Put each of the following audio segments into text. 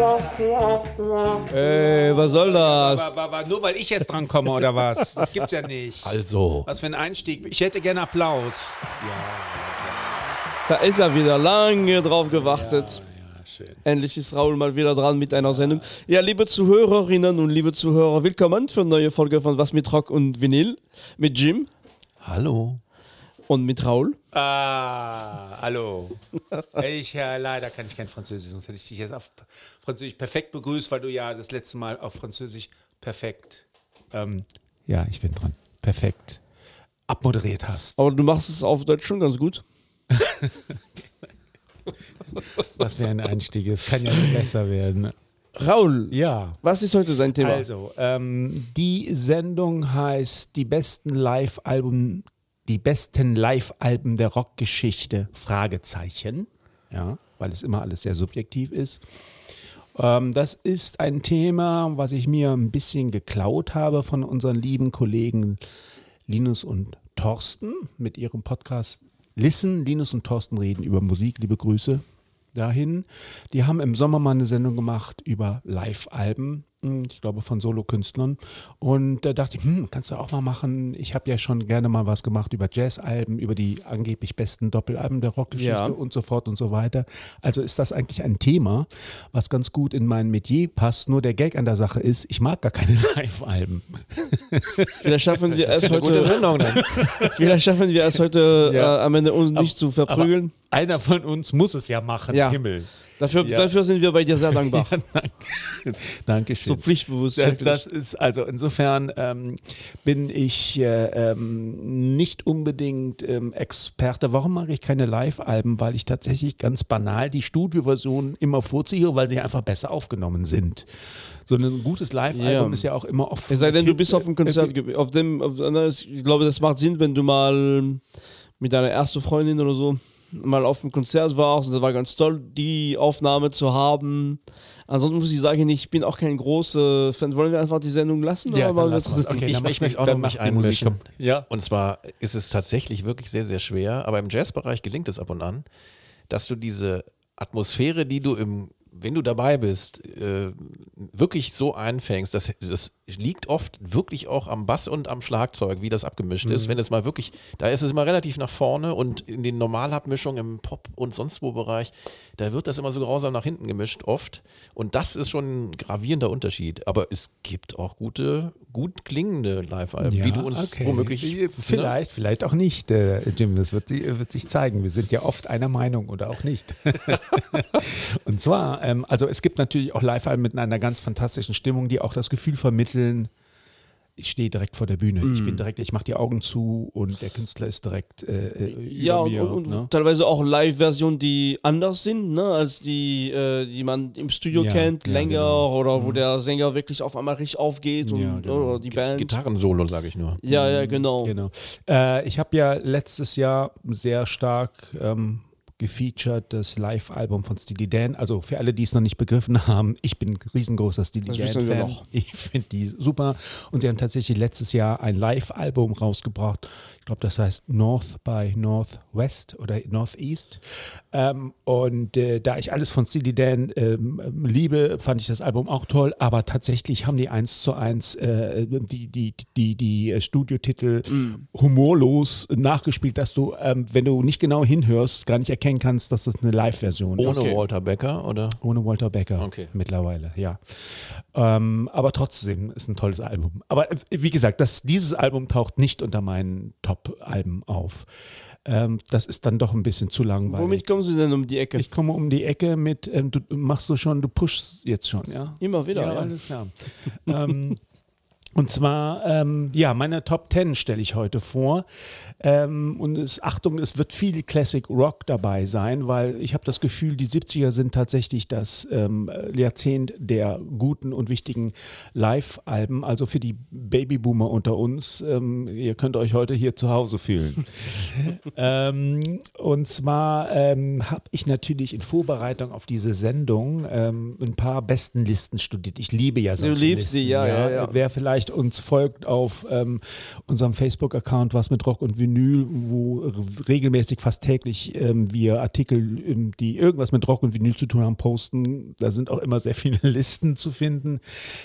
Was soll das? Nur weil ich jetzt dran komme oder was? Das gibt's ja nicht. Also. Was für ein Einstieg. Ich hätte gerne Applaus. Da ist er wieder, lange drauf gewartet. Ja, schön. Endlich ist Raul mal wieder dran mit einer Sendung. Ja, liebe Zuhörerinnen und liebe Zuhörer, willkommen für eine neue Folge von Was mit Rock und Vinyl mit Jim Hallo. und mit Raul. Hallo. Leider kann ich kein Französisch, sonst hätte ich dich jetzt auf Französisch perfekt begrüßt, weil du ja das letzte Mal auf Französisch perfekt, ich bin dran, perfekt abmoderiert hast. Aber du machst es auf Deutsch schon ganz gut. Was für ein Einstieg, es kann ja nicht besser werden. Raul, Ja. was ist heute dein Thema? Also, die Sendung heißt die besten Live-Alben der Rockgeschichte, Fragezeichen. Ja, weil es immer alles sehr subjektiv ist. Das ist ein Thema, was ich mir ein bisschen geklaut habe von unseren lieben Kollegen Linus und Thorsten mit ihrem Podcast Listen. Linus und Thorsten reden über Musik. Liebe Grüße dahin. Die haben im Sommer mal eine Sendung gemacht über Live-Alben, ich glaube von Solokünstlern. Und da dachte ich, kannst du auch mal machen. Ich habe ja schon gerne mal was gemacht über Jazz-Alben, über die angeblich besten Doppelalben der Rockgeschichte und so fort und so weiter. Also ist das eigentlich ein Thema, was ganz gut in mein Metier passt. Nur der Gag an der Sache ist, ich mag gar keine Live-Alben. Vielleicht schaffen wir es Gute heute, Sendung dann. am Ende uns nicht zu verprügeln. Aber einer von uns muss es ja machen, Ja. Himmel. Dafür sind wir bei dir sehr dankbar. Dankeschön. So pflichtbewusst. Das ist also insofern bin ich nicht unbedingt Experte. Warum mag ich keine Live-Alben? Weil ich tatsächlich ganz banal die Studioversion immer vorziehe, weil sie einfach besser aufgenommen sind. So ein gutes Live-Album ist ja auch immer oft. Es sei denn, du bist auf einem Konzert. Ich glaube, das macht Sinn, wenn du mal mit deiner ersten Freundin oder so mal auf dem Konzert warst und das war ganz toll, die Aufnahme zu haben. Ansonsten muss ich sagen, ich bin auch kein großer Fan. Wollen wir einfach die Sendung lassen? Ja, oder lass uns. Okay, Ich möchte auch dann noch mich macht die Musik einmischen. Ja. Und zwar ist es tatsächlich wirklich sehr, sehr schwer, aber im Jazzbereich gelingt es ab und an, dass du diese Atmosphäre, die du wenn du dabei bist, wirklich so einfängst. Das liegt oft wirklich auch am Bass und am Schlagzeug, wie das abgemischt ist. Wenn es mal wirklich, da ist es immer relativ nach vorne und in den Normalabmischungen im Pop- und sonst wo Bereich, da wird das immer so grausam nach hinten gemischt oft. Und das ist schon ein gravierender Unterschied. Aber es gibt auch gut klingende Live-Alben, wie du uns womöglich... Vielleicht auch nicht, Jim, das wird sich zeigen. Wir sind ja oft einer Meinung oder auch nicht. Und zwar, also es gibt natürlich auch Live-Alben mit einer ganz fantastischen Stimmung, die auch das Gefühl vermitteln, ich stehe direkt vor der Bühne, ich mache die Augen zu und der Künstler ist direkt über mir. Und teilweise auch Live-Versionen, die anders sind, ne, als die man im Studio kennt, länger genau. oder wo der Sänger wirklich auf einmal richtig aufgeht oder die Band. Gitarrensolo, sage ich nur. Ja, genau. Ich habe ja letztes Jahr sehr stark gefeatured das Live-Album von Steely Dan. Also für alle, die es noch nicht begriffen haben, ich bin ein riesengroßer Steely Dan-Fan. Ich finde die super. Und sie haben tatsächlich letztes Jahr ein Live-Album rausgebracht. Ich glaube, das heißt North by Northwest oder Northeast. Da ich alles von Steely Dan liebe, fand ich das Album auch toll. Aber tatsächlich haben die 1:1 die Studiotitel humorlos nachgespielt, dass du, wenn du nicht genau hinhörst, gar nicht erkennen kannst, dass das eine Live-Version ist. Ohne Walter Becker, oder? Ohne Walter Becker, mittlerweile, ja. Aber trotzdem ist ein tolles Album. Aber wie gesagt, dieses Album taucht nicht unter meinen Top-Alben auf. Das ist dann doch ein bisschen zu langweilig. Womit kommen Sie denn um die Ecke? Ich komme um die Ecke mit, du pushst jetzt schon, ja? Immer wieder, ja. Alles klar. Und zwar, meine Top 10 stelle ich heute vor. Achtung, es wird viel Classic Rock dabei sein, weil ich habe das Gefühl, die 70er sind tatsächlich das Jahrzehnt der guten und wichtigen Live-Alben. Also für die Babyboomer unter uns, ihr könnt euch heute hier zu Hause fühlen. Und zwar habe ich natürlich in Vorbereitung auf diese Sendung ein paar Bestenlisten studiert. Ich liebe ja solche Du liebst Listen. sie, ja. Wer vielleicht vielleicht uns folgt auf unserem Facebook-Account Was mit Rock und Vinyl, wo regelmäßig fast täglich wir Artikel, die irgendwas mit Rock und Vinyl zu tun haben, posten. Da sind auch immer sehr viele Listen zu finden.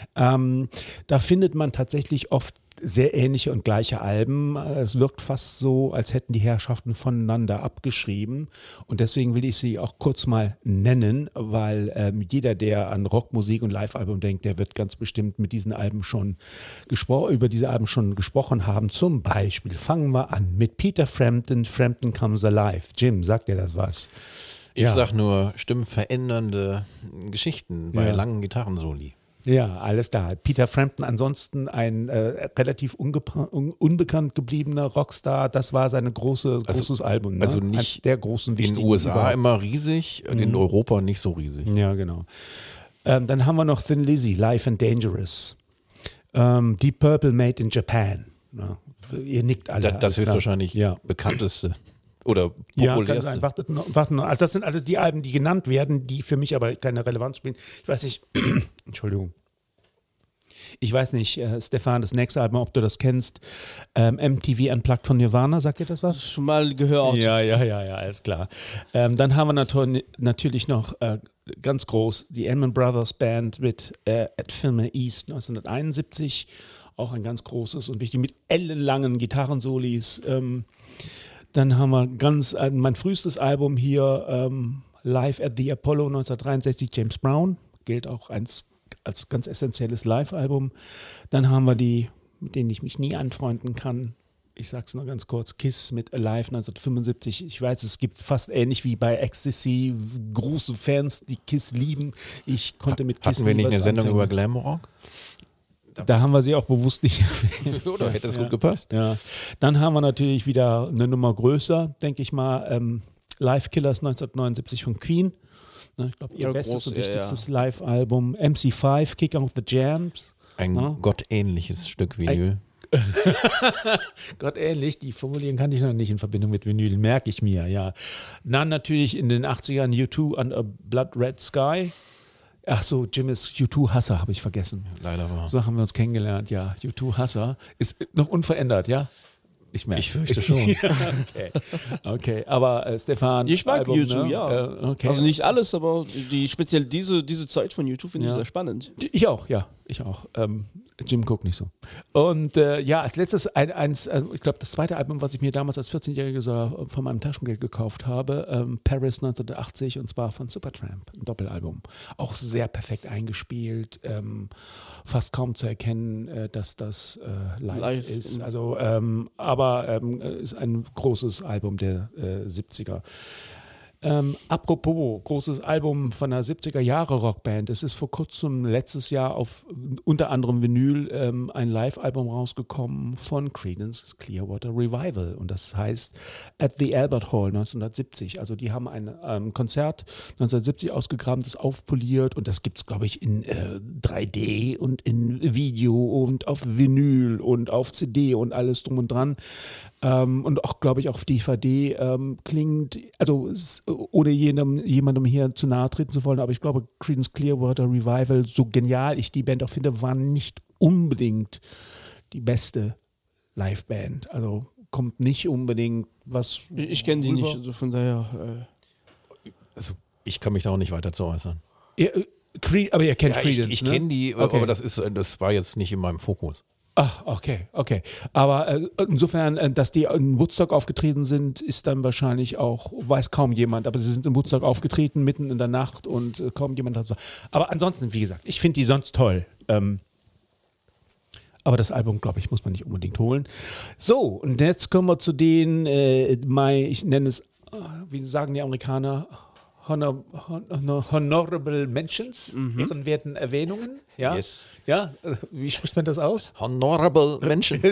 Da findet man tatsächlich oft sehr ähnliche und gleiche Alben. Es wirkt fast so, als hätten die Herrschaften voneinander abgeschrieben. Und deswegen will ich sie auch kurz mal nennen, weil jeder, der an Rockmusik und Live-Album denkt, der wird ganz bestimmt mit diesen Alben über diese Alben schon gesprochen haben. Zum Beispiel fangen wir an mit Peter Frampton, Frampton Comes Alive. Jim, sagt dir das was? Ich sag nur stimmenverändernde Geschichten bei langen Gitarrensoli. Ja, alles klar. Peter Frampton, ansonsten ein relativ unbekannt gebliebener Rockstar. Das war sein großes Album. Ne? Also nicht eins der großen, in den USA überhaupt. Immer riesig, in Europa nicht so riesig. Ja, genau. Dann haben wir noch Thin Lizzy, Live and Dangerous. Deep Purple, Made in Japan. Ja, ihr nickt alle. Das ist wahrscheinlich bekannteste. Oder populärste. Ja, wartet noch. Das sind also die Alben, die genannt werden, die für mich aber keine Relevanz spielen. Ich weiß nicht, Entschuldigung. Ich weiß nicht, Stefan, das nächste Album, ob du das kennst. MTV Unplugged von Nirvana, sagt ihr das was? Schon mal gehört. Ja, alles klar. Dann haben wir natürlich noch ganz groß die Allman Brothers Band mit At Fillmore East 1971. Auch ein ganz großes und wichtig mit ellenlangen Gitarrensolis. Dann haben wir mein frühestes Album hier, Live at the Apollo 1963, James Brown, gilt auch als ganz essentielles Live-Album. Dann haben wir die, mit denen ich mich nie anfreunden kann, ich sag's nur ganz kurz, Kiss mit Alive 1975. Ich weiß, es gibt fast ähnlich wie bei Ecstasy große Fans, die Kiss lieben. Ich konnte mit Kiss Hatten wir nicht eine Sendung über Glamrock? Da haben wir sie auch bewusst nicht erwähnt. Oder hätte es gut gepasst? Ja. Dann haben wir natürlich wieder eine Nummer größer, denke ich mal, Live Killers 1979 von Queen. Ich glaube, ihr bestes und wichtigstes Live-Album. MC5, Kick Out the Jams. Ein gottähnliches Stück Vinyl. Gottähnlich, die Formulierung kannte ich noch nicht in Verbindung mit Vinyl, merke ich mir, ja. Dann natürlich in den 80ern U2 Under Blood Red Sky. Ach so, Jim ist U2-Hasser, habe ich vergessen. Leider war. So haben wir uns kennengelernt, ja. U2-Hasser ist noch unverändert, ja? Ich merke. Ich fürchte schon. Okay, aber Stefan. Ich mag Album, U2, ne? ja. Okay. Also nicht alles, aber speziell diese Zeit von U2 finde ich sehr spannend. Ich auch, ja. Ich auch. Jim guckt nicht so. Und als letztes ich glaube, das zweite Album, was ich mir damals als 14-Jähriger von meinem Taschengeld gekauft habe, Paris 1980, und zwar von Supertramp, ein Doppelalbum. Auch sehr perfekt eingespielt, fast kaum zu erkennen, dass das live ist. Also, aber ist ein großes Album der 70er. Apropos, großes Album von einer 70er-Jahre-Rockband. Es ist vor kurzem, letztes Jahr, auf unter anderem Vinyl ein Live-Album rausgekommen von Creedence Clearwater Revival. Und das heißt At the Albert Hall 1970. Also die haben ein Konzert 1970 ausgegraben, das aufpoliert. Und das gibt es, glaube ich, in 3D und in Video und auf Vinyl und auf CD und alles drum und dran. Und auch, glaube ich, auf DVD klingt, also ohne jemandem hier zu nahe treten zu wollen, aber ich glaube, Creedence Clearwater Revival, so genial ich die Band auch finde, war nicht unbedingt die beste Liveband. Also kommt nicht unbedingt was. Ich kenne die nicht, also von daher. Also ich kann mich da auch nicht weiter zu äußern. Aber ihr kennt Creedence, ich ne? kenne die, okay. Aber das war jetzt nicht in meinem Fokus. Ach, okay. Aber insofern, dass die in Woodstock aufgetreten sind, ist dann wahrscheinlich auch, weiß kaum jemand, aber sie sind in Woodstock aufgetreten, mitten in der Nacht und kaum jemand hat so. Aber ansonsten, wie gesagt, ich finde die sonst toll. Aber das Album, glaube ich, muss man nicht unbedingt holen. So, und jetzt kommen wir zu den, ich nenne es, wie sagen die Amerikaner, Honorable Mentions, ehrenwerten Erwähnungen. Ja? Yes. Ja, wie spricht man das aus? Honorable Mentions.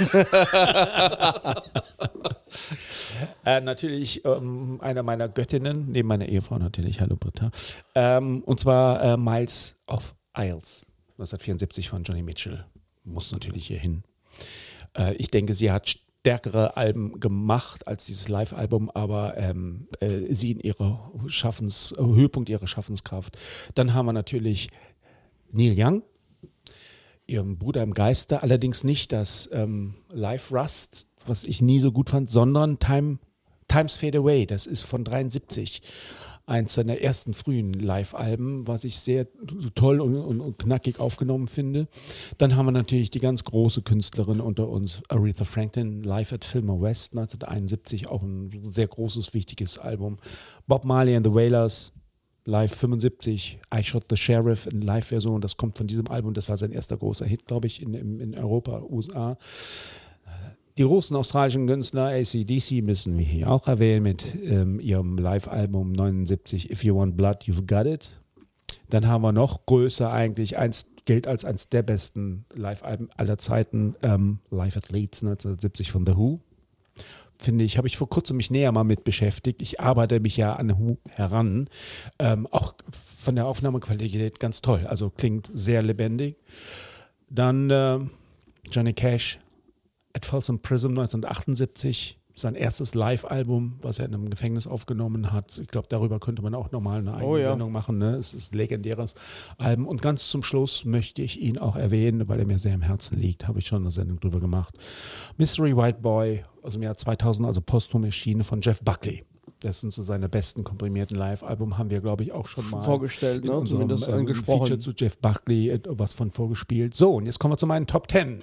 Natürlich einer meiner Göttinnen, neben meiner Ehefrau natürlich, hallo Britta, und zwar Miles of Isles, 1974 von Joni Mitchell. Muss natürlich hier hin. Ich denke, sie hat stärkere Alben gemacht als dieses Live-Album, aber sie in ihrer Höhepunkt ihrer Schaffenskraft. Dann haben wir natürlich Neil Young. ihrem Bruder im Geiste, allerdings nicht das Live Rust, was ich nie so gut fand, sondern Times Fade Away, das ist von 73. Eins seiner ersten frühen Live-Alben, was ich sehr toll und knackig aufgenommen finde. Dann haben wir natürlich die ganz große Künstlerin unter uns, Aretha Franklin, live at Fillmore West 1971, auch ein sehr großes, wichtiges Album. Bob Marley and the Wailers, live 75, I Shot the Sheriff in Live-Version, das kommt von diesem Album, das war sein erster großer Hit, glaube ich, in Europa, USA. Die großen australischen Künstler, AC/DC, müssen wir hier auch erwähnen mit ihrem Live-Album 79, If You Want Blood, You've Got It. Dann haben wir noch größer eigentlich, gilt als eines der besten Live-Alben aller Zeiten, Live at Leeds 1970 von The Who. Finde ich, habe ich vor kurzem mich näher mal mit beschäftigt. Ich arbeite mich ja an Who heran. Auch von der Aufnahmequalität ganz toll, also klingt sehr lebendig. Dann Johnny Cash, At Folsom Prison 1978, sein erstes Live-Album, was er in einem Gefängnis aufgenommen hat. Ich glaube, darüber könnte man auch nochmal eine eigene Sendung machen. Ne? Es ist ein legendäres Album. Und ganz zum Schluss möchte ich ihn auch erwähnen, weil er mir sehr am Herzen liegt, habe ich schon eine Sendung drüber gemacht. Mystery White Boy aus dem Jahr 2000, also posthum erschienen von Jeff Buckley. Das sind so seine besten komprimierten Live-Album, haben wir, glaube ich, auch schon mal vorgestellt, in ne? unserem Zumindest angesprochen. Feature zu Jeff Buckley was von vorgespielt. So, und jetzt kommen wir zu meinen Top 10.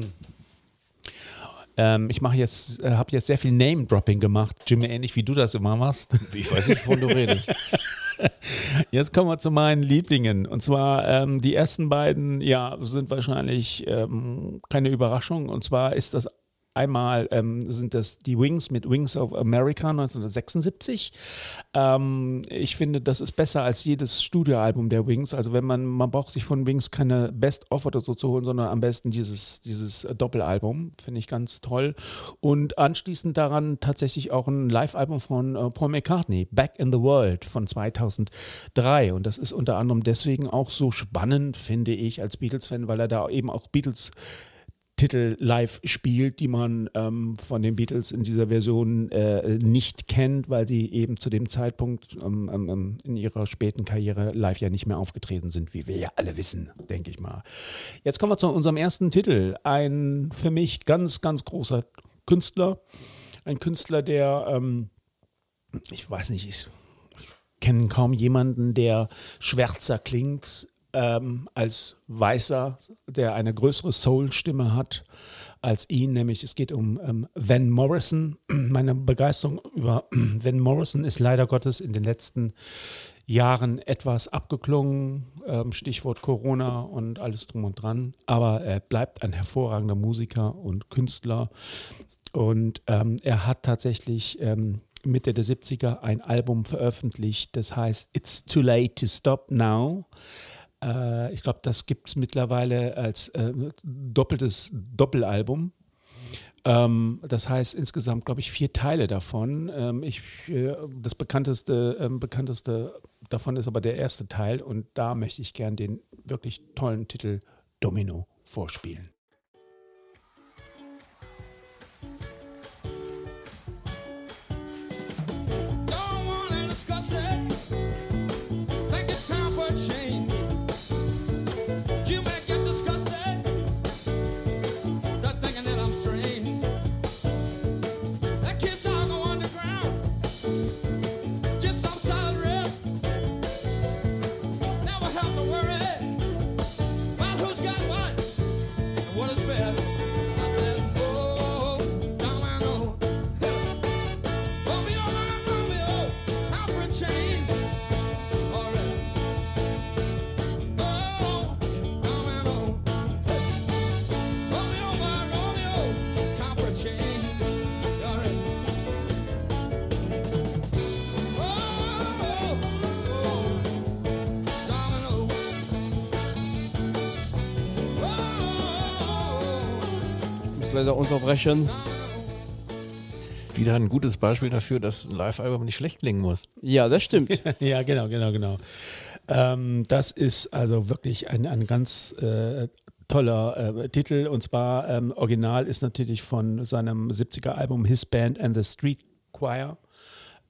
Ich habe jetzt sehr viel Name-Dropping gemacht, Jimmy, ähnlich wie du das immer machst. Ich weiß nicht, wovon du redest. Jetzt kommen wir zu meinen Lieblingen. Und zwar die ersten beiden, sind wahrscheinlich keine Überraschung. Und zwar ist das einmal sind das die Wings mit Wings of America 1976. Ich finde, das ist besser als jedes Studioalbum der Wings. Also wenn man braucht sich von Wings keine Best-of oder so zu holen, sondern am besten dieses Doppelalbum. Finde ich ganz toll. Und anschließend daran tatsächlich auch ein Live-Album von Paul McCartney, Back in the World von 2003. Und das ist unter anderem deswegen auch so spannend, finde ich, als Beatles-Fan, weil er da eben auch Titel live spielt, die man von den Beatles in dieser Version nicht kennt, weil sie eben zu dem Zeitpunkt in ihrer späten Karriere live ja nicht mehr aufgetreten sind, wie wir ja alle wissen, denke ich mal. Jetzt kommen wir zu unserem ersten Titel. Ein für mich ganz, ganz großer Künstler. Ein Künstler, der, ich weiß nicht, ich kenne kaum jemanden, der schwärzer klingt, als Weißer, der eine größere Soul-Stimme hat als ihn, nämlich es geht um Van Morrison. Meine Begeisterung über Van Morrison ist leider Gottes in den letzten Jahren etwas abgeklungen, Stichwort Corona und alles drum und dran, aber er bleibt ein hervorragender Musiker und Künstler und er hat tatsächlich Mitte der 70er ein Album veröffentlicht, das heißt It's Too Late to Stop Now. Ich glaube, das gibt es mittlerweile als Doppelalbum. Das heißt insgesamt, glaube ich, 4 Teile davon. Das bekannteste davon ist aber der erste Teil und da möchte ich gern den wirklich tollen Titel Domino vorspielen. Don't wanna discuss it. Think it's time for a change. You may get disgusted. Start thinking that I'm strange. That kiss I'll go underground. Just some solid rest. Never have to worry about who's got what and what is best. I said, oh, Domino. Romeo, time for a change. All right. Oh, Domino. Romeo, time for a change. All right. Domino. Ich muss leider unterbrechen. Wieder ein gutes Beispiel dafür, dass ein Live-Album nicht schlecht klingen muss. Ja, das stimmt. Ja, genau. Das ist also wirklich ein ganz toller Titel und zwar original ist natürlich von seinem 70er Album His Band and the Street Choir.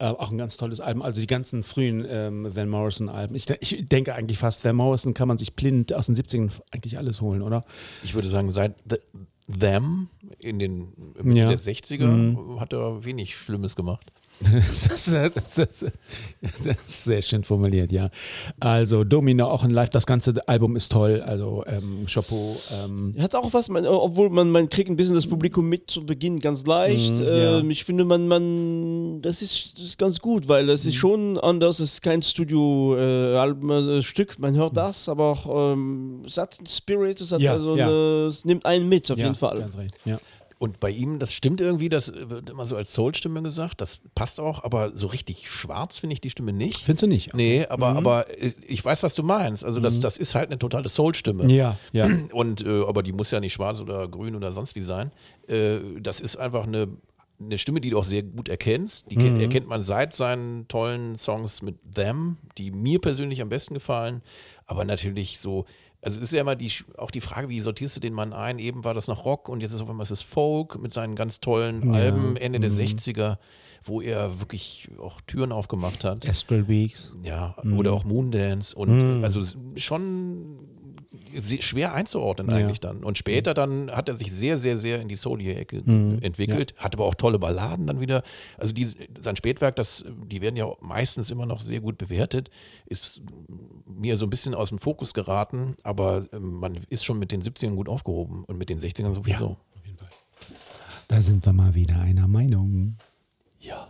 Auch ein ganz tolles Album. Also die ganzen frühen Van Morrison-Alben. Ich denke eigentlich fast, Van Morrison kann man sich blind aus den 70ern eigentlich alles holen, oder? Ich würde sagen, seit Them in den Mitte der 60er hat er wenig Schlimmes gemacht. Das ist sehr schön formuliert, ja. Also Domino auch ein Live, das ganze Album ist toll, also Chapeau. Hat auch was, obwohl man kriegt ein bisschen das Publikum mit zu Beginn ganz leicht. Ich finde, das ist ganz gut, weil es ist schon anders, es ist kein Studio-Stück, man hört das, aber auch es hat einen Spirit, es hat es nimmt einen mit auf jeden Fall. Ganz recht, ja. Und bei ihm, das stimmt irgendwie, das wird immer so als Soul-Stimme gesagt, das passt auch, aber so richtig schwarz finde ich die Stimme nicht. Findest du nicht? Nee, aber ich weiß, was du meinst. Also das ist halt eine totale Soul-Stimme. Ja. Und aber die muss ja nicht schwarz oder grün oder sonst wie sein. Das ist einfach eine Stimme, die du auch sehr gut erkennst. Die erkennt man seit seinen tollen Songs mit Them, die mir persönlich am besten gefallen. Aber natürlich so, also es ist ja immer auch die Frage, wie sortierst du den Mann ein? Eben war das noch Rock und jetzt ist auf einmal es Folk mit seinen ganz tollen Alben Ende der 60er, wo er wirklich auch Türen aufgemacht hat. Astral Weeks. Ja, oder auch Moondance und also schon schwer einzuordnen eigentlich dann. Und später dann hat er sich sehr, sehr, sehr in die soulige Ecke entwickelt, hat aber auch tolle Balladen dann wieder. Also sein Spätwerk, die werden ja meistens immer noch sehr gut bewertet, ist mir so ein bisschen aus dem Fokus geraten, aber man ist schon mit den 70ern gut aufgehoben und mit den 60ern sowieso. Ja, auf jeden Fall. Da sind wir mal wieder einer Meinung. Ja.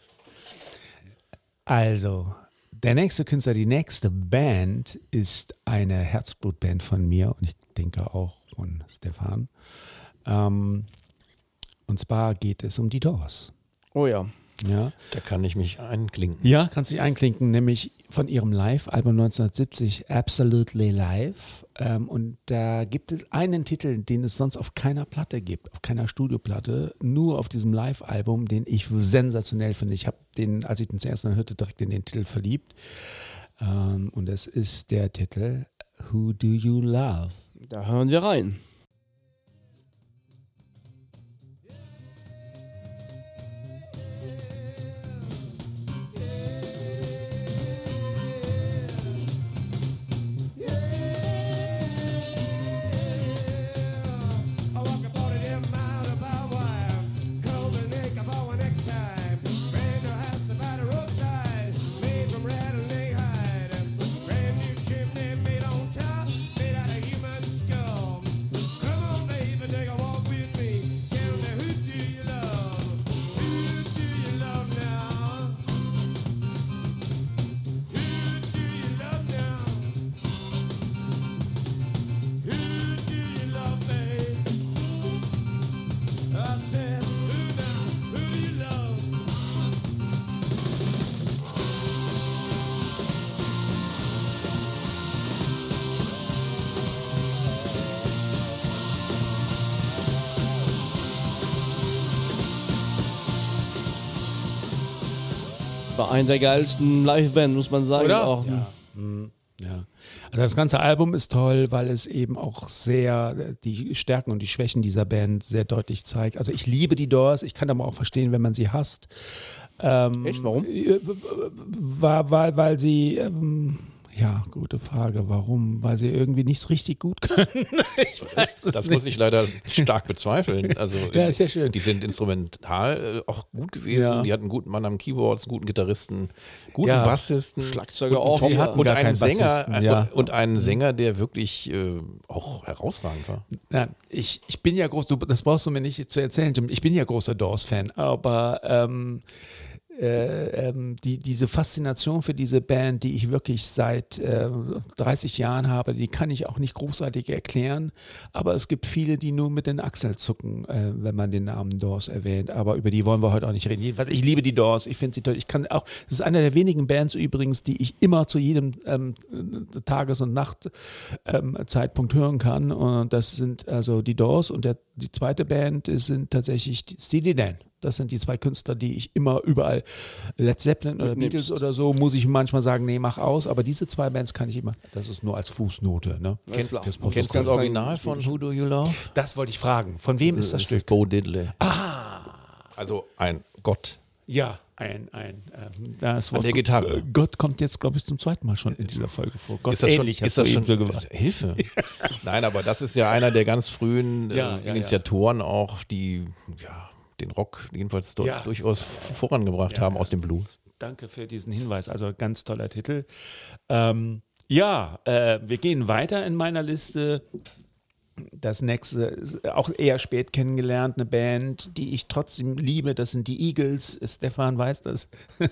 Also, der nächste Künstler, die nächste Band ist eine Herzblutband von mir und ich denke auch von Stefan. Und zwar geht es um die Doors. Oh ja. Ja. Da kann ich mich einklinken. Ja, kannst dich einklinken, nämlich von ihrem Live-Album 1970, Absolutely Live. Und da gibt es einen Titel, den es sonst auf keiner Platte gibt, auf keiner Studioplatte, nur auf diesem Live-Album, den ich sensationell finde. Ich habe den, als ich den zuerst mal hörte, direkt in den Titel verliebt. Und das ist der Titel Who Do You Love? Da hören wir rein. War eine der geilsten Live-Band, muss man sagen. Oder? Auch. Ja. Ja. Also das ganze Album ist toll, weil es eben auch sehr die Stärken und die Schwächen dieser Band sehr deutlich zeigt. Also ich liebe die Doors, ich kann aber auch verstehen, wenn man sie hasst. Echt? Warum? Weil sie... ja, gute Frage. Warum? Weil sie irgendwie nicht so richtig gut können. Ich weiß es Das nicht. muss ich leider stark bezweifeln. Also, Ja, ist ja schön. Die sind instrumental auch gut gewesen. Ja. Die hatten einen guten Mann am Keyboard, einen guten Gitarristen, guten Ja. Bassisten, Schlagzeuger guten auch. Tom Die hatten und gar einen keinen Sänger Bassisten, ja. und einen Sänger, der wirklich auch herausragend war. Ja, ich bin ja groß, das brauchst du mir nicht zu erzählen, Jim. Ich bin ja großer Doors-Fan, aber diese Faszination für diese Band, die ich wirklich seit 30 Jahren habe, die kann ich auch nicht großartig erklären, aber es gibt viele, die nur mit den Achseln zucken, wenn man den Namen Doors erwähnt, aber über die wollen wir heute auch nicht reden. Jedenfalls, ich liebe die Doors, ich finde sie toll, das ist eine der wenigen Bands übrigens, die ich immer zu jedem Tages- und Nachtzeitpunkt hören kann, und das sind also die Doors, und die zweite Band sind tatsächlich Steely Dan. Das sind die zwei Künstler, die ich immer überall, Led Zeppelin oder Beatles oder so, muss ich manchmal sagen, nee, mach aus. Aber diese zwei Bands kann ich immer, das ist nur als Fußnote. Ne? Kennst du das Original von Who Do You Love? Das wollte ich fragen. Von wem ist das Stück? Bo Diddley. Also ein Gott Ja, das An der Gitarre. Gott kommt jetzt, glaube ich, zum zweiten Mal schon in dieser Folge vor. Gott Ist das schon, ähnlich ist hast das du schon eben so gemacht. Hilfe? Nein, aber das ist ja einer der ganz frühen Ja. Initiatoren auch, die den Rock jedenfalls durchaus vorangebracht haben aus dem Blues. Danke für diesen Hinweis. Also ganz toller Titel. Wir gehen weiter in meiner Liste. Das nächste ist auch eher spät kennengelernt, eine Band, die ich trotzdem liebe, das sind die Eagles. Stefan weiß das.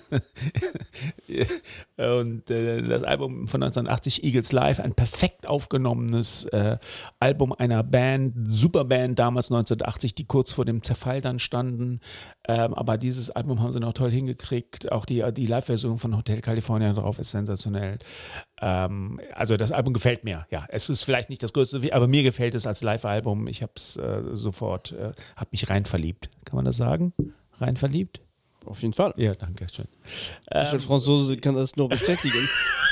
Und das Album von 1980, Eagles Live, ein perfekt aufgenommenes Album einer Band, Superband damals 1980, die kurz vor dem Zerfall dann standen. Aber dieses Album haben sie noch toll hingekriegt. Auch die Live-Version von Hotel California drauf ist sensationell. Also das Album gefällt mir. Ja, es ist vielleicht nicht das größte, aber mir gefällt es als Live-Album. Ich habe es sofort, habe mich rein verliebt. Kann man das sagen? Rein verliebt? Auf jeden Fall. Ja, danke schön. Ich als Franzose kann das nur bestätigen.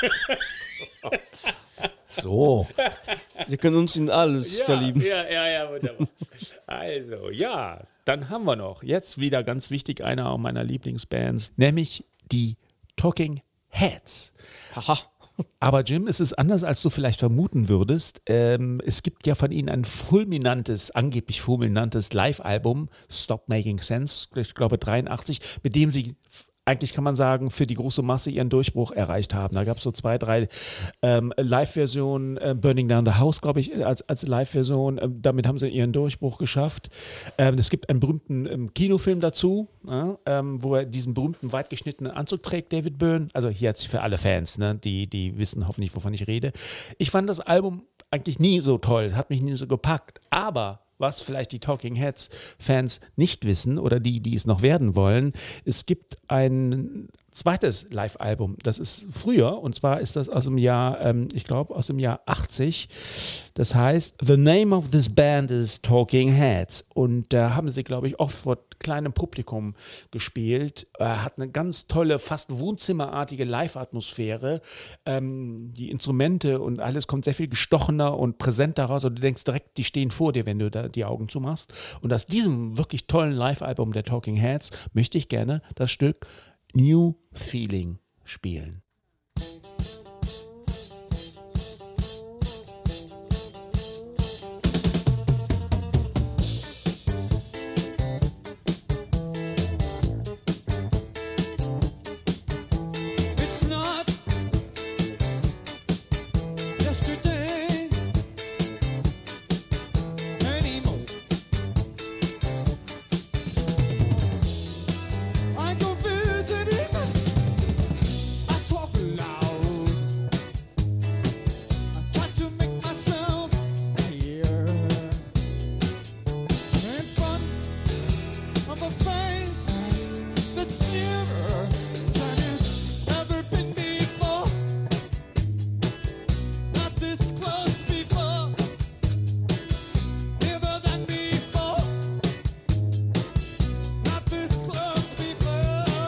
So. Wir können uns in alles verlieben. Ja, wunderbar. Also, ja, dann haben wir noch, jetzt wieder ganz wichtig, einer meiner Lieblingsbands, nämlich die Talking Heads. Haha. Aber Jim, es ist anders, als du vielleicht vermuten würdest. Es gibt ja von ihnen ein angeblich fulminantes Live-Album, Stop Making Sense, ich glaube 83, mit dem sie eigentlich, kann man sagen, für die große Masse ihren Durchbruch erreicht haben. Da gab es so 2, 3 Live-Versionen, Burning Down the House, glaube ich, als Live-Version. Damit haben sie ihren Durchbruch geschafft. Es gibt einen berühmten Kinofilm dazu, wo er diesen berühmten, weit geschnittenen Anzug trägt, David Byrne. Also hier jetzt für alle Fans, ne? Die wissen hoffentlich, wovon ich rede. Ich fand das Album eigentlich nie so toll, hat mich nie so gepackt. Aber was vielleicht die Talking Heads Fans nicht wissen oder die es noch werden wollen, es gibt ein zweites Live-Album, das ist früher, und zwar ist das aus dem Jahr, ich glaube aus dem Jahr 80, das heißt The Name of this Band is Talking Heads, und da haben sie, glaube ich, oft vor kleinem Publikum gespielt, hat eine ganz tolle, fast wohnzimmerartige Live-Atmosphäre, die Instrumente und alles kommt sehr viel gestochener und präsenter raus, und du denkst direkt, die stehen vor dir, wenn du da die Augen zumachst, und aus diesem wirklich tollen Live-Album der Talking Heads möchte ich gerne das Stück New Feeling spielen. It's not yesterday anymore. I go visiting, I talk loud, I try to make myself hear, in front of a face that's nearer than it's ever been before. Not this close before, nearer than before. Not this close before.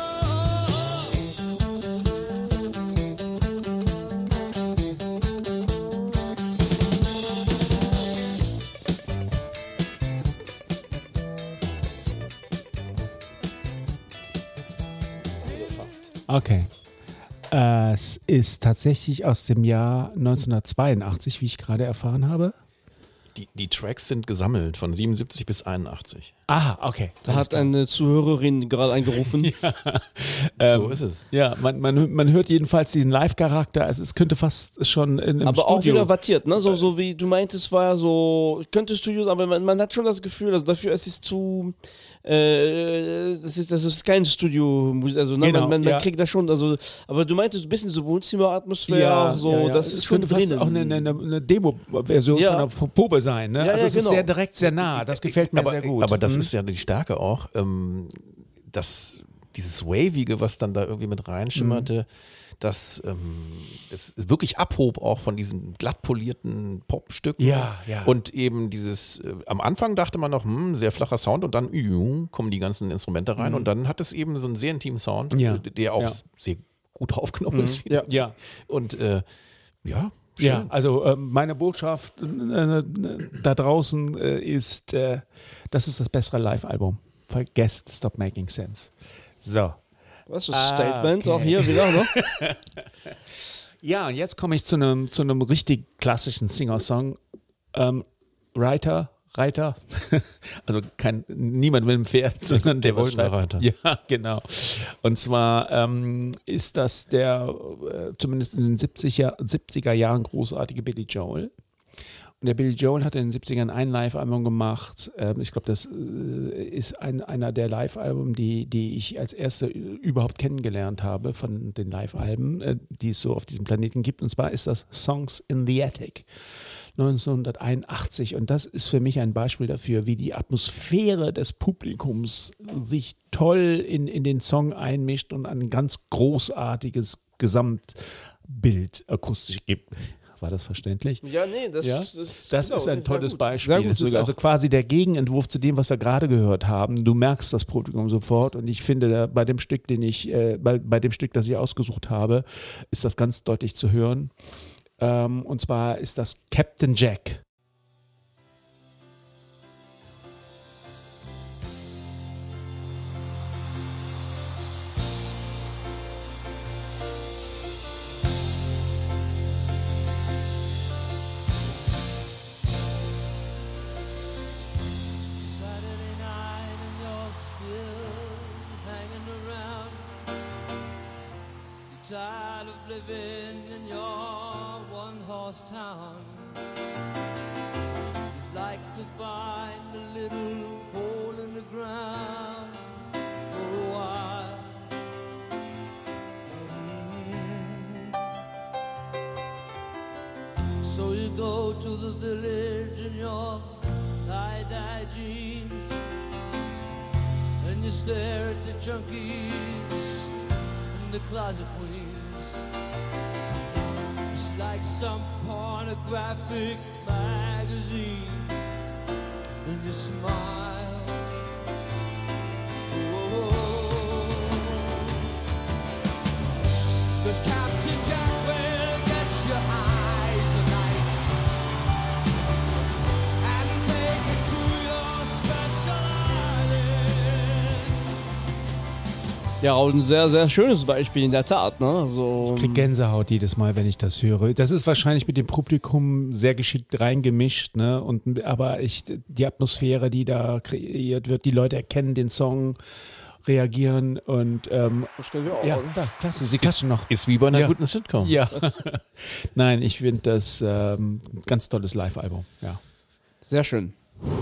Okay. Es ist tatsächlich aus dem Jahr 1982, wie ich gerade erfahren habe. Die Tracks sind gesammelt von 77 bis 81. Aha, okay. Da hat eine Zuhörerin gerade angerufen. So ist es. Ja, man hört jedenfalls diesen Live-Charakter. Es könnte fast schon im Aber auch Studio. wieder wattiert, ne? So wie du meintest, war ja so, könnte Studios, aber man hat schon das Gefühl, also dafür es ist zu, das ist kein Studio, also ne? Genau, man ja. kriegt das schon, also, aber du meintest ein bisschen so Wohnzimmeratmosphäre, Ja, auch so, ja, ja. das Es ist schon könnte fast drin. auch eine Demo-Version Ja. von einer Probe sein. Ne? Ja, also ja, es ist genau. sehr direkt, sehr nah. Das gefällt mir sehr gut. Aber das ist ja die Stärke auch, dass dieses Wavige, was dann da irgendwie mit reinschimmerte, das wirklich abhob auch von diesen glatt polierten Popstücken. Ja, ja. Und eben dieses, am Anfang dachte man noch, sehr flacher Sound, und dann kommen die ganzen Instrumente rein, und dann hat es eben so einen sehr intimen Sound, Ja. der auch Ja. sehr gut aufgenommen ist. wieder. Ja. Und ja, schön. Ja, also meine Botschaft da draußen ist, das ist das bessere Live-Album. Vergesst Stop Making Sense. So. Das ist ein Statement, okay. auch hier wieder, ne? Ja, und jetzt komme ich zu einem richtig klassischen Singer-Song. Reiter. Also niemand mit dem Pferd, sondern der Reiter. Ja, genau. Und zwar ist das der zumindest in den 70er Jahren großartige Billy Joel. Und der Billy Joel hat in den 70ern ein Live-Album gemacht. Ich glaube, das ist einer der Live-Alben, die ich als erste überhaupt kennengelernt habe von den Live-Alben, die es so auf diesem Planeten gibt. Und zwar ist das Songs in the Attic 1981. Und das ist für mich ein Beispiel dafür, wie die Atmosphäre des Publikums sich toll in den Song einmischt und ein ganz großartiges Gesamtbild akustisch gibt. War das verständlich? Ja, nee, das ist ein tolles Beispiel. Sehr gut Das ist sogar. also quasi der Gegenentwurf zu dem, was wir gerade gehört haben. Du merkst das Publikum sofort und ich finde, bei dem Stück, bei dem Stück, das ich ausgesucht habe, ist das ganz deutlich zu hören. Und zwar ist das Captain Jack. Saturday night and you're still hanging around. You're tired of living in your one-horse town. You'd like to find a little hole in the ground for a while. So you go to the village in your tie-dye jeans, and you stare at the junkies and the closet queens. It's like some pornographic magazine, and you smile. Whoa. 'Cause Captain Jack will get your eyes tonight and take you to your special island. Ja, auch ein sehr, sehr schönes Beispiel in der Tat, ne? Also, Ich krieg Gänsehaut jedes Mal, wenn ich das höre. Das ist wahrscheinlich mit dem Publikum sehr geschickt reingemischt, ne? Aber die Atmosphäre, die da kreiert wird, die Leute erkennen den Song, reagieren und das können wir auch. ja, klasse, sie klatschen noch. Ist wie bei einer Ja. guten Sitcom. Ja. Nein, ich finde das ein ganz tolles Live-Album. Ja. Sehr schön.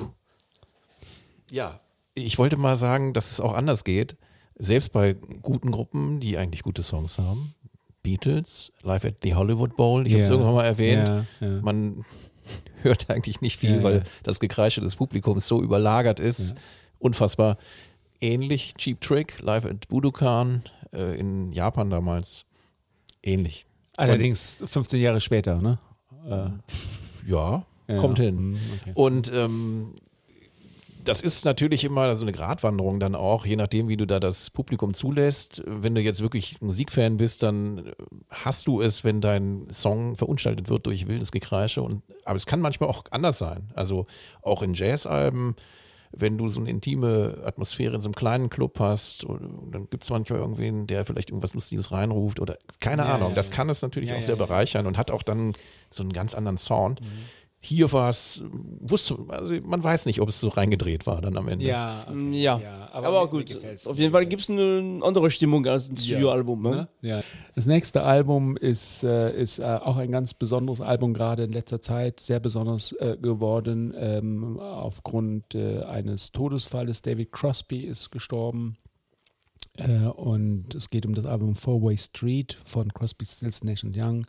Ja, ich wollte mal sagen, dass es auch anders geht. Selbst bei guten Gruppen, die eigentlich gute Songs haben. Beatles, Live at the Hollywood Bowl, ich habe es Ja. irgendwann mal erwähnt. Ja. Man hört eigentlich nicht viel, Ja, weil ja. das Gekreische des Publikums so überlagert ist. Unfassbar. Ähnlich Cheap Trick, Live at Budokan in Japan damals. Ähnlich. Allerdings 15 Jahre später, ne? Ja, Ja. kommt hin. Okay. Und das ist natürlich immer so eine Gratwanderung dann auch, je nachdem, wie du da das Publikum zulässt. Wenn du jetzt wirklich Musikfan bist, dann hast du es, wenn dein Song verunstaltet wird durch wildes Gekreische. Aber es kann manchmal auch anders sein. Also auch in Jazzalben, wenn du so eine intime Atmosphäre in so einem kleinen Club hast, dann gibt es manchmal irgendwen, der vielleicht irgendwas Lustiges reinruft oder keine Ahnung. Das kann es natürlich auch sehr bereichern und hat auch dann so einen ganz anderen Sound. Hier war es, also man weiß nicht, ob es so reingedreht war dann am Ende. Ja, okay. Ja, aber mir gut. gefällt's. Auf jeden Fall gibt es eine andere Stimmung als ein Studioalbum. Ne? Ja. Das nächste Album ist auch ein ganz besonderes Album, gerade in letzter Zeit sehr besonders geworden, aufgrund eines Todesfalles. David Crosby ist gestorben und es geht um das Album Four-Way Street von Crosby, Stills, Nash & Young.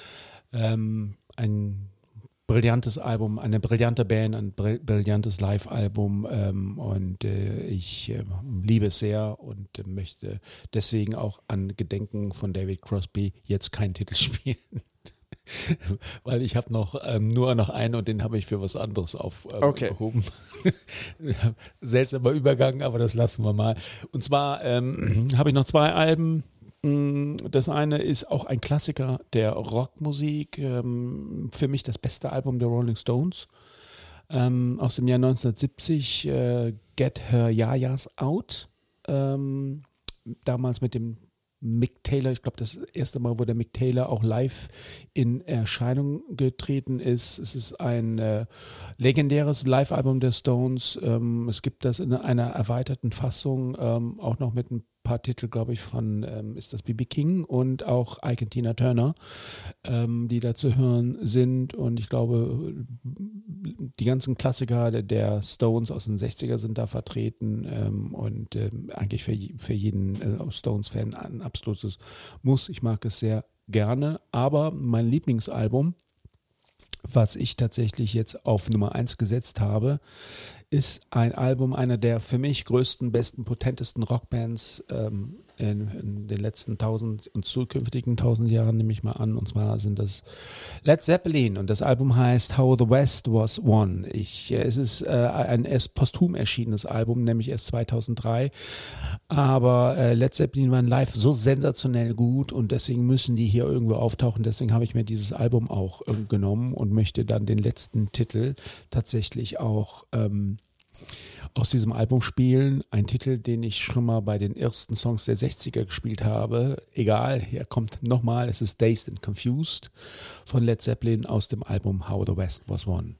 Ein brillantes Album, eine brillante Band, ein brillantes Live-Album und ich liebe es sehr und möchte deswegen auch an Gedenken von David Crosby jetzt keinen Titel spielen. Weil ich habe nur noch einen und den habe ich für was anderes aufgehoben. Seltsamer Übergang, aber das lassen wir mal. Und zwar habe ich noch zwei Alben. Das eine ist auch ein Klassiker der Rockmusik, für mich das beste Album der Rolling Stones aus dem Jahr 1970, Get Her Yayas Out. damals mit dem Mick Taylor, ich glaube, das erste Mal, wo der Mick Taylor auch live in Erscheinung getreten ist. Es ist ein legendäres Live-Album der Stones. Es gibt das in einer erweiterten Fassung, auch noch mit ein paar Titel, glaube ich, von ist das B.B. King und auch Ike und Tina Turner, die da zu hören sind. Und ich glaube, die ganzen Klassiker der Stones aus den 60er sind da vertreten und eigentlich für jeden Stones-Fan ein absolutes Muss. Ich mag es sehr gerne, aber mein Lieblingsalbum, was ich tatsächlich jetzt auf Nummer 1 gesetzt habe, ist ein Album einer der für mich größten, besten, potentesten Rockbands in den letzten 1000 und zukünftigen 1000 Jahren, nehme ich mal an. Und zwar sind das Led Zeppelin und das Album heißt How the West Was Won. Es ist ein erst posthum erschienenes Album, nämlich erst 2003. Aber Led Zeppelin waren live so sensationell gut und deswegen müssen die hier irgendwo auftauchen. Deswegen habe ich mir dieses Album auch genommen und möchte dann den letzten Titel tatsächlich auch aus diesem Album spielen. Ein Titel, den ich schon mal bei den ersten Songs der 60er gespielt habe. Egal, hier kommt nochmal. Es ist Dazed and Confused von Led Zeppelin aus dem Album How the West Was Won.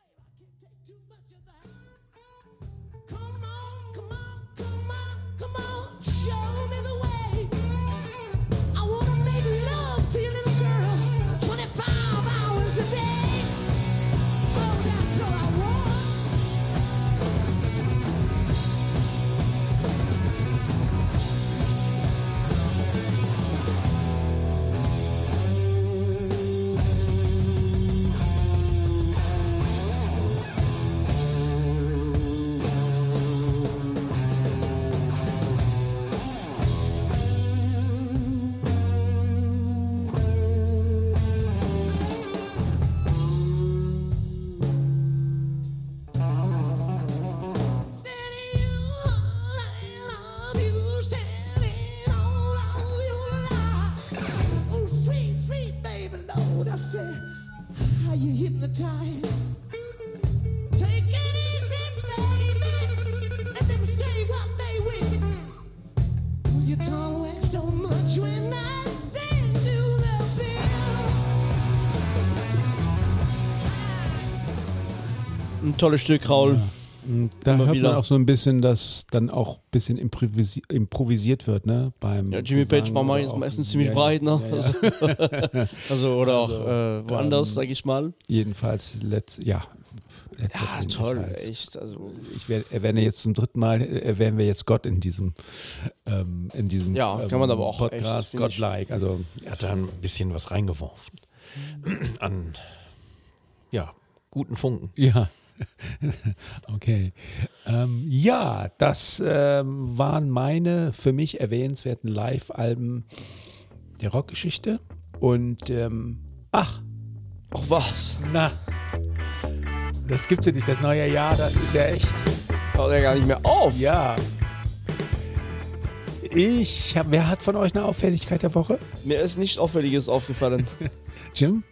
Ein tolles Stück, Raul. Ja. Und da Immer hört wieder. man auch so ein bisschen, dass dann auch ein bisschen improvisiert wird, ne? Beim Jimmy Gesang Page war oder auch- meistens ziemlich ja, breit, ne? ja, ja. Also, oder auch woanders, sag ich mal. Jedenfalls, Led Ja, Zeppelin ist toll, halt- echt. Also, erwähne jetzt zum dritten Mal, erwähnen wir jetzt Gott in diesem Ja, kann man aber auch Podcast, echt, finde ich. Godlike. Also, Er hat da ein bisschen was reingeworfen. An, ja, guten Funken. ja. Okay. Ja, das waren meine für mich erwähnenswerten Live-Alben der Rockgeschichte. Und ach was, na, das gibt's ja nicht, das neue Jahr, das ist ja echt. hört ja gar nicht mehr auf. Ja. Wer hat von euch eine Auffälligkeit der Woche? Mir ist nichts Auffälliges aufgefallen. Jim?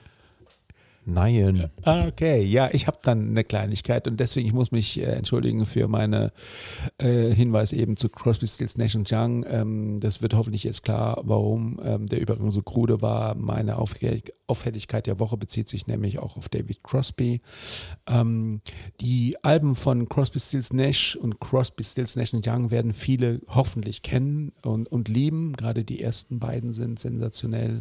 Nein. Okay, ja, ich habe dann eine Kleinigkeit und deswegen, ich muss mich entschuldigen für meine Hinweis eben zu Crosby, Stills, Nash & Young. Das wird hoffentlich jetzt klar, warum der Übergang so krude war. Meine Auffälligkeit der Woche bezieht sich nämlich auch auf David Crosby. Die Alben von Crosby, Stills, Nash und Crosby, Stills, Nash & Young werden viele hoffentlich kennen und lieben. Gerade die ersten beiden sind sensationell.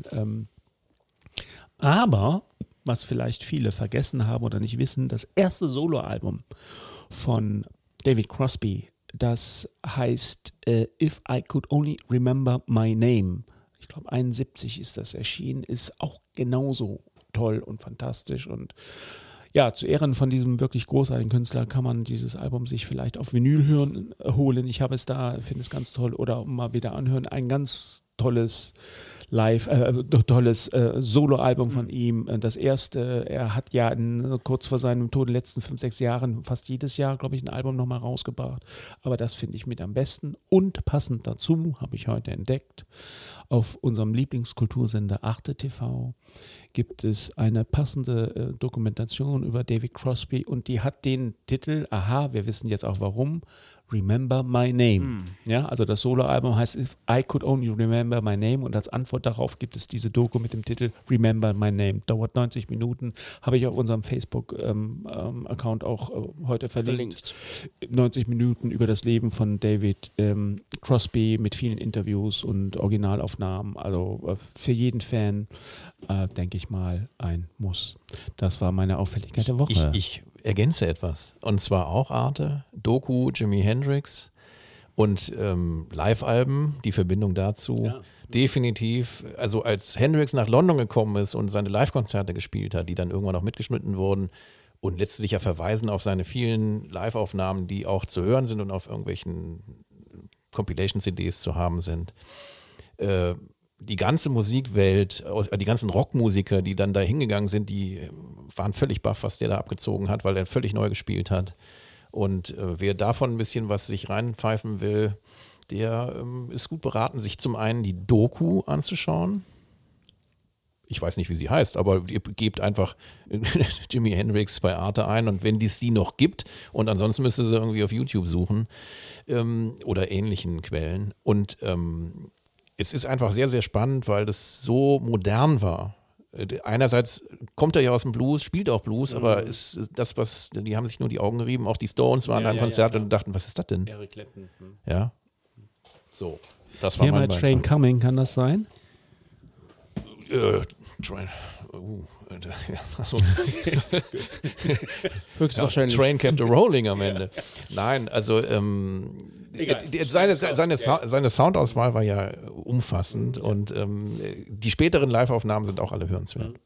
Aber was vielleicht viele vergessen haben oder nicht wissen, das erste Soloalbum von David Crosby, das heißt If I Could Only Remember My Name. Ich glaube 71 ist das erschienen, ist auch genauso toll und fantastisch und ja, zu Ehren von diesem wirklich großartigen Künstler kann man dieses Album sich vielleicht auf Vinyl holen. Ich habe es da, finde es ganz toll oder mal wieder anhören. Ein ganz tolles Soloalbum von ihm. Das erste, er hat ja kurz vor seinem Tod in den letzten 5, 6 Jahren fast jedes Jahr, glaube ich, ein Album nochmal rausgebracht. Aber das finde ich mit am besten. Und passend dazu, habe ich heute entdeckt, auf unserem Lieblingskultursender Arte TV gibt es eine passende Dokumentation über David Crosby und die hat den Titel, aha, wir wissen jetzt auch warum, Remember My Name. Ja, also das Soloalbum heißt If I Could Only Remember My Name und als Antwort darauf gibt es diese Doku mit dem Titel Remember My Name. Dauert 90 Minuten, habe ich auf unserem Facebook-Account auch heute verlinkt. 90 Minuten über das Leben von David Crosby mit vielen Interviews und Originalaufnahmen. Also für jeden Fan, denke ich mal, ein Muss. Das war meine Auffälligkeit der Woche. Ich ergänze etwas. Und zwar auch Arte, Doku, Jimi Hendrix und Live-Alben, die Verbindung dazu. Ja. Definitiv. Also als Hendrix nach London gekommen ist und seine Live-Konzerte gespielt hat, die dann irgendwann auch mitgeschnitten wurden und letztlich ja verweisen auf seine vielen Live-Aufnahmen, die auch zu hören sind und auf irgendwelchen Compilation-CDs zu haben sind. Die ganze Musikwelt, die ganzen Rockmusiker, die dann da hingegangen sind, die waren völlig baff, was der da abgezogen hat, weil er völlig neu gespielt hat. Und wer davon ein bisschen was sich reinpfeifen will, der ist gut beraten, sich zum einen die Doku anzuschauen. Ich weiß nicht, wie sie heißt, aber ihr gebt einfach Jimi Hendrix bei Arte ein und wenn es die noch gibt und ansonsten müsst ihr sie irgendwie auf YouTube suchen oder ähnlichen Quellen. Und es ist einfach sehr, sehr spannend, weil das so modern war. Einerseits kommt er ja aus dem Blues, spielt auch Blues, aber ist das, die haben sich nur die Augen gerieben, auch die Stones waren am Konzert und dachten, was ist das denn? Eric Clapton. Ja. So, das war Hier mein mal Train Coming, kann das sein? Höchstwahrscheinlich. Train kept a rolling am Ende. Nein, also seine Soundauswahl war ja umfassend und die späteren Live-Aufnahmen sind auch alle hörenswert.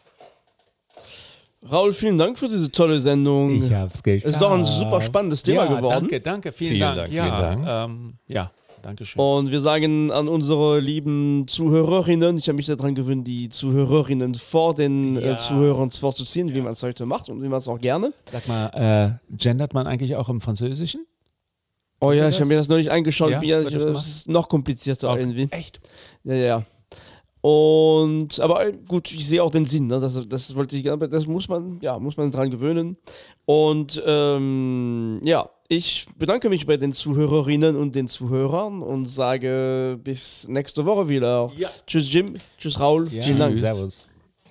Raul, vielen Dank für diese tolle Sendung. Ich hab's geschafft. Es ist doch ein super spannendes Thema geworden. Danke, vielen Dank. Danke schön. Und wir sagen an unsere lieben Zuhörerinnen, ich habe mich daran gewöhnt, die Zuhörerinnen vor den Zuhörern vorzuziehen, wie man es heute macht und wie man es auch gerne. Sag mal, gendert man eigentlich auch im Französischen? Oh ja, ich habe mir das neulich angeschaut. Ja, Das ist noch komplizierter irgendwie. Echt? Ja. Aber gut, ich sehe auch den Sinn, ne? Das wollte ich, aber das muss man dran gewöhnen. Und ich bedanke mich bei den Zuhörerinnen und den Zuhörern und sage bis nächste Woche wieder. Ja. Tschüss Jim, tschüss Raul, vielen Dank. Servus.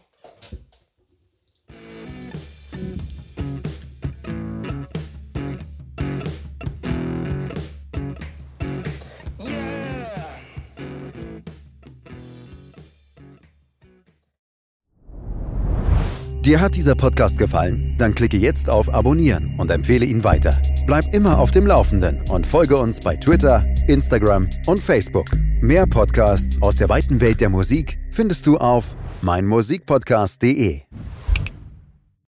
Dir hat dieser Podcast gefallen? Dann klicke jetzt auf Abonnieren und empfehle ihn weiter. Bleib immer auf dem Laufenden und folge uns bei Twitter, Instagram und Facebook. Mehr Podcasts aus der weiten Welt der Musik findest du auf meinmusikpodcast.de.